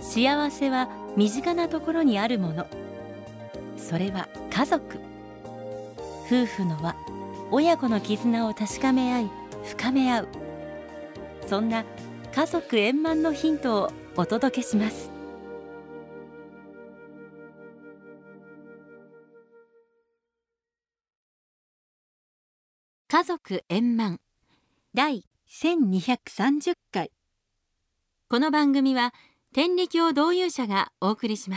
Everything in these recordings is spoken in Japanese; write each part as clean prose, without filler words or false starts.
幸せは身近なところにあるもの。それは家族。夫婦の輪、親子の絆を確かめ合い、深め合う。そんな家族円満のヒントをお届けします。家族円満第1230回。この番組は天理教導遊者がお送りします。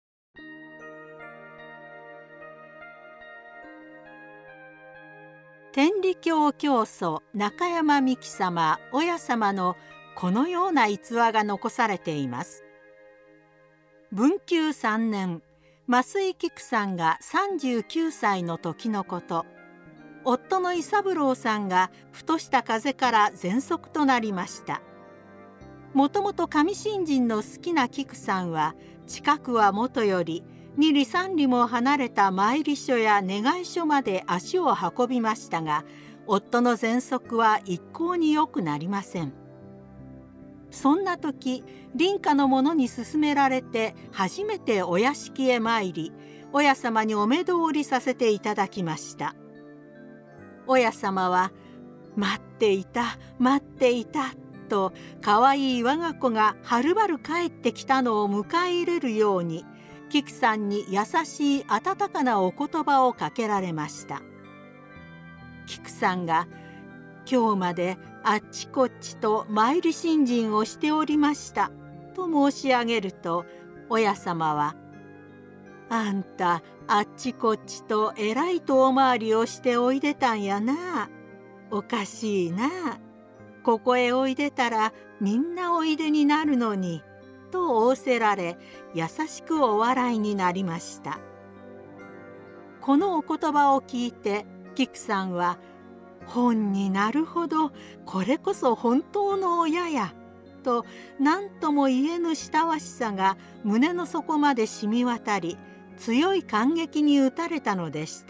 天理教教祖中山美紀様親様のこのような逸話が残されています。文久3年、増井菊さんが39歳の時のこと。夫の伊三郎さんがふとした風邪から喘息となりました。もともと上新人の好きな菊さんは、近くはもとより2里3里も離れた参り所や願い所まで足を運びましたが、夫の喘息は一向に良くなりません。そんな時、隣家の者に勧められて初めてお屋敷へ参り、親様にお目通りさせていただきました。親様は「待っていた待っていた」とかわいい我が子がはるばる帰ってきたのを迎え入れるように、菊さんに優しい温かなお言葉をかけられました。菊さんが「今日まであっちこっちと参り信心をしておりました」と申し上げると、親様は「あんたあっちこっちとえらい遠回りをしておいでたんやな。おかしいな。ここへおいでたらみんなおいでになるのに」と仰せられ、優しくお笑いになりました。このお言葉を聞いて菊さんは「本になるほど、これこそ本当の親や」と何とも言えぬ親しさが胸の底まで染み渡り、強い感激に打たれたのでした。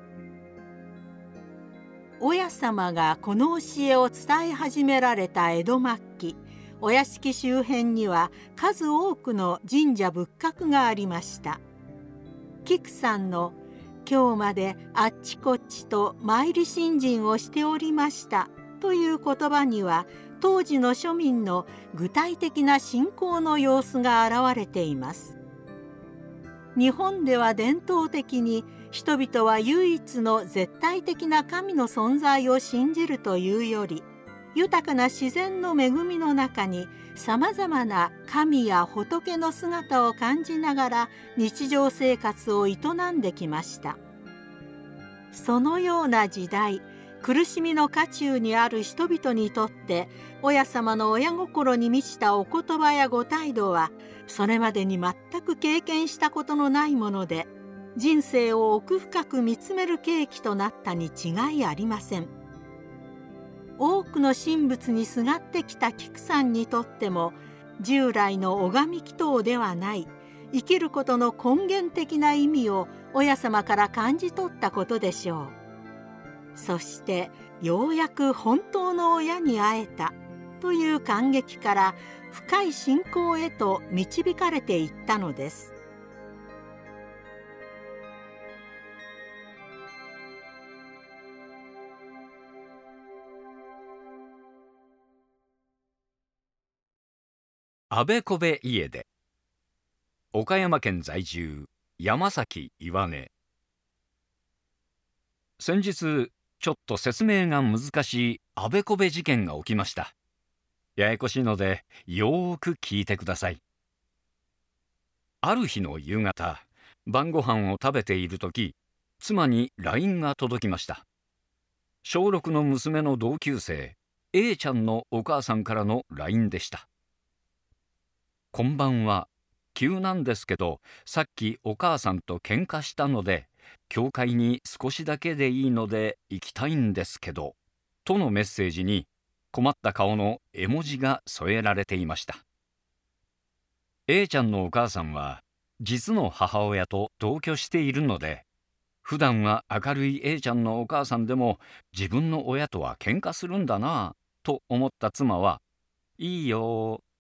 親様がこの教えを伝え始められた江戸末期、お屋敷周辺には数多くの神社仏閣がありました。菊さんの「今日まであっちこっちと参り信心をしておりました」という言葉には、当時の庶民の具体的な信仰の様子が現れています。日本では伝統的に人々は唯一の絶対的な神の存在を信じるというより、豊かな自然の恵みの中にさまざまな神や仏の姿を感じながら日常生活を営んできました。そのような時代、苦しみの渦中にある人々にとって、親様の親心に満ちたお言葉やご態度は、それまでに全く経験したことのないもので、人生を奥深く見つめる契機となったに違いありません。多くの神仏にすがってきた菊さんにとっても、従来の拝み祈祷ではない生きることの根源的な意味を親様から感じ取ったことでしょう。そしてようやく本当の親に会えたという感激から深い信仰へと導かれていったのです。 あべこべ家で。岡山県在住山崎岩根。先日ちょっと説明が難しいあべこべ事件が起きました。ややこしいのでよーく聞いてください。ある日の夕方、晩ご飯を食べている時、妻に LINE が届きました。小6の娘の同級生 A ちゃんのお母さんからの LINE でした。こんばんは。急なんですけど、さっきお母さんと喧嘩したので、教会に少しだけでいいので行きたいんですけど、とのメッセージに困った顔の絵文字が添えられていました。A ちゃんのお母さんは実の母親と同居しているので、普段は明るい A ちゃんのお母さんでも自分の親とは喧嘩するんだなぁと思った妻は、いいよと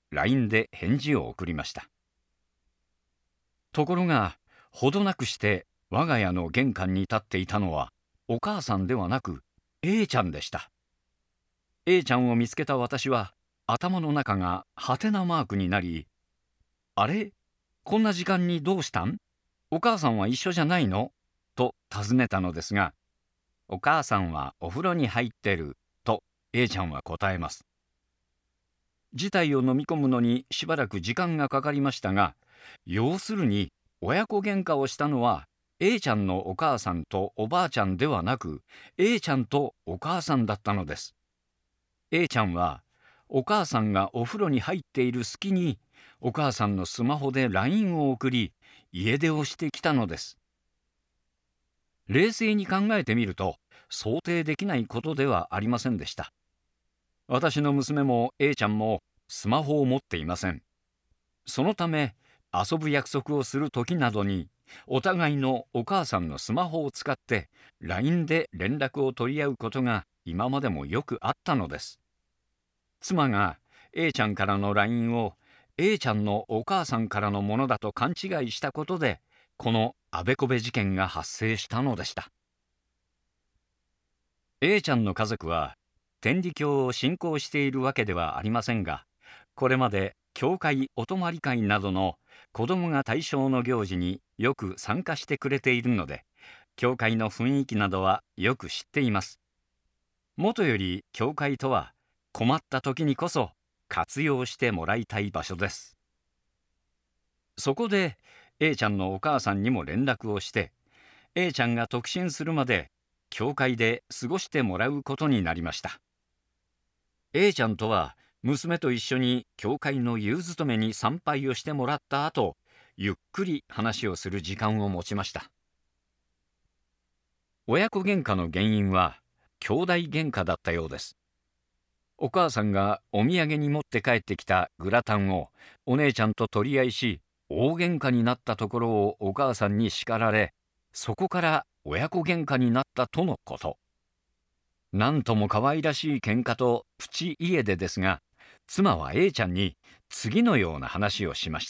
LINE で返事を送りました。ところが、ほどなくして我が家の玄関に立っていたのはお母さんではなく A ちゃんでした。A ちゃんを見つけた私は頭の中がハテナマークになり、あれ、こんな時間にどうしたん？お母さんは一緒じゃないの？と尋ねたのですが、お母さんはお風呂に入ってると A ちゃんは答えます。事態を飲み込むのにしばらく時間がかかりましたが、要するに親子喧嘩をしたのは A ちゃんのお母さんとおばあちゃんではなく A ちゃんとお母さんだったのです。A ちゃんはお母さんがお風呂に入っている隙にお母さんのスマホで LINE を送り家出をしてきたのです。冷静に考えてみると想定できないことではありませんでした。私の娘も A ちゃんもスマホを持っていません。そのため遊ぶ約束をする時などにお互いのお母さんのスマホを使って LINE で連絡を取り合うことが今までもよくあったのです。妻が A ちゃんからの LINE を A ちゃんのお母さんからのものだと勘違いしたことで、このあべこべ事件が発生したのでした。A ちゃんの家族は天理教を信仰しているわけではありませんが、これまで教会お泊まり会などの子どもが対象の行事によく参加してくれているので、教会の雰囲気などはよく知っています。もとより教会とは困った時にこそ活用してもらいたい場所です。そこで A ちゃんのお母さんにも連絡をして、A ちゃんが特進するまで教会で過ごしてもらうことになりました。A ちゃんとは娘と一緒に教会の夕勤めに参拝をしてもらった後、ゆっくり話をする時間を持ちました。親子喧嘩の原因は兄弟喧嘩だったようです。お母さんがお土産に持って帰ってきたグラタンをお姉ちゃんと取り合いし、大喧嘩になったところをお母さんに叱られ、そこから親子喧嘩になったとのこと。なんとも可愛らしい喧嘩とプチ家出ですが、妻は A ちゃんに次のような話をしました。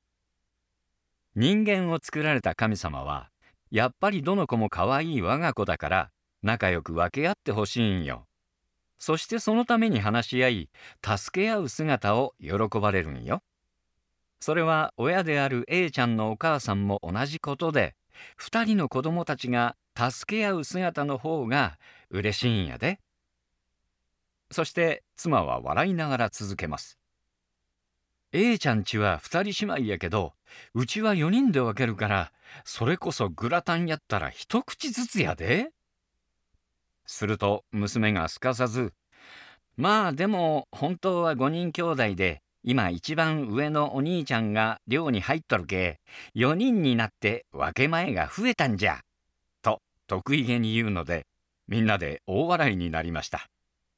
人間を作られた神様は、やっぱりどの子も可愛い我が子だから仲良く分け合ってほしいんよ。そしてそのために話し合い、助け合う姿を喜ばれるんよ。それは親である A ちゃんのお母さんも同じことで、2人の子供たちが助け合う姿の方が嬉しいんやで。そして妻は笑いながら続けます。A ちゃんちは2人姉妹やけど、うちは4人で分けるから、それこそグラタンやったら一口ずつやで。すると娘がすかさず、まあでも本当は5人兄弟で、今一番上のお兄ちゃんが寮に入っとるけ、4人になって分け前が増えたんじゃ、と得意げに言うので、みんなで大笑いになりました。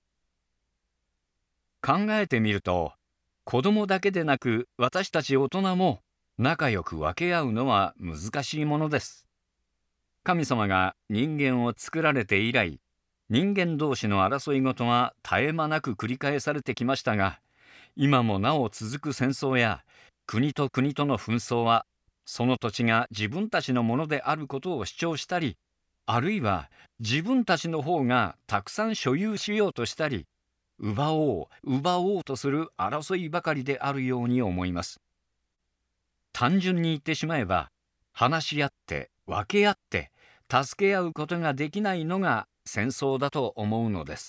考えてみると、子供だけでなく私たち大人も仲良く分け合うのは難しいものです。神様が人間を作られて以来、人間同士の争い事が絶え間なく繰り返されてきましたが、今もなお続く戦争や国と国との紛争は、その土地が自分たちのものであることを主張したり、あるいは自分たちの方がたくさん所有しようとしたり、奪おうとする争いばかりであるように思います。単純に言ってしまえば、話し合って分け合って助け合うことができないのが戦争だと思うのです。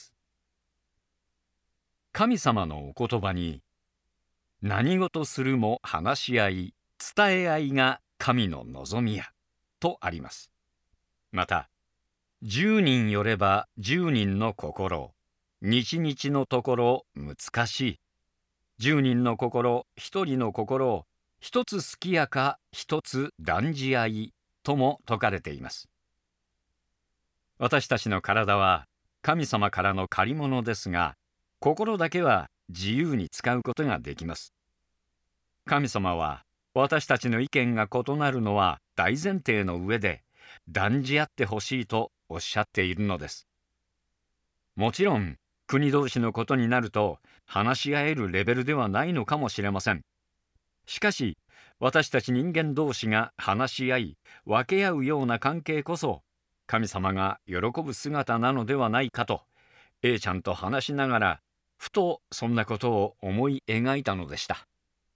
神様のお言葉に、何事するも話し合い、伝え合いが神の望みや、とあります。また、10人よれば10人の心、日々のところ難しい。10人の心、1人の心を一つ好きやか一つ断じ合いとも説かれています。私たちの体は神様からの借り物ですが、心だけは自由に使うことができます。神様は私たちの意見が異なるのは大前提の上で断じ合ってほしいとおっしゃっているのです。もちろん国同士のことになると話し合えるレベルではないのかもしれません。しかし私たち人間同士が話し合い分け合うような関係こそ神様が喜ぶ姿なのではないかと A ちゃんと話しながらふとそんなことを思い描いたのでした。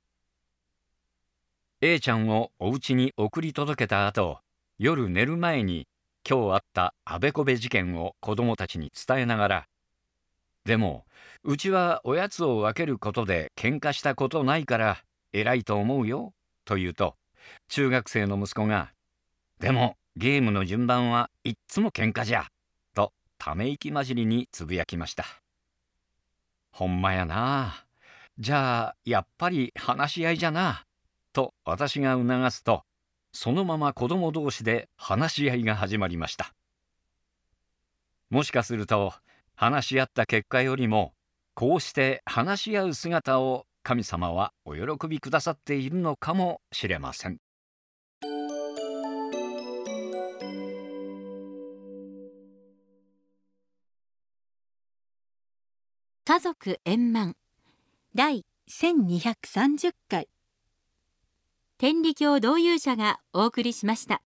A ちゃんをお家に送り届けた後、夜寝る前に今日あったあべこべ事件を子供たちに伝えながら、でもうちはおやつを分けることで喧嘩したことないから偉いと思うよと言うと、中学生の息子がでもゲームの順番はいっつも喧嘩じゃとため息混じりにつぶやきました。ほんまやな。じゃあやっぱり話し合いじゃなと私が促すと、そのまま子供同士で話し合いが始まりました。もしかすると話し合った結果よりもこうして話し合う姿を神様はお喜びくださっているのかもしれません。 家族円満第1230回、天理教導遊者がお送りしました。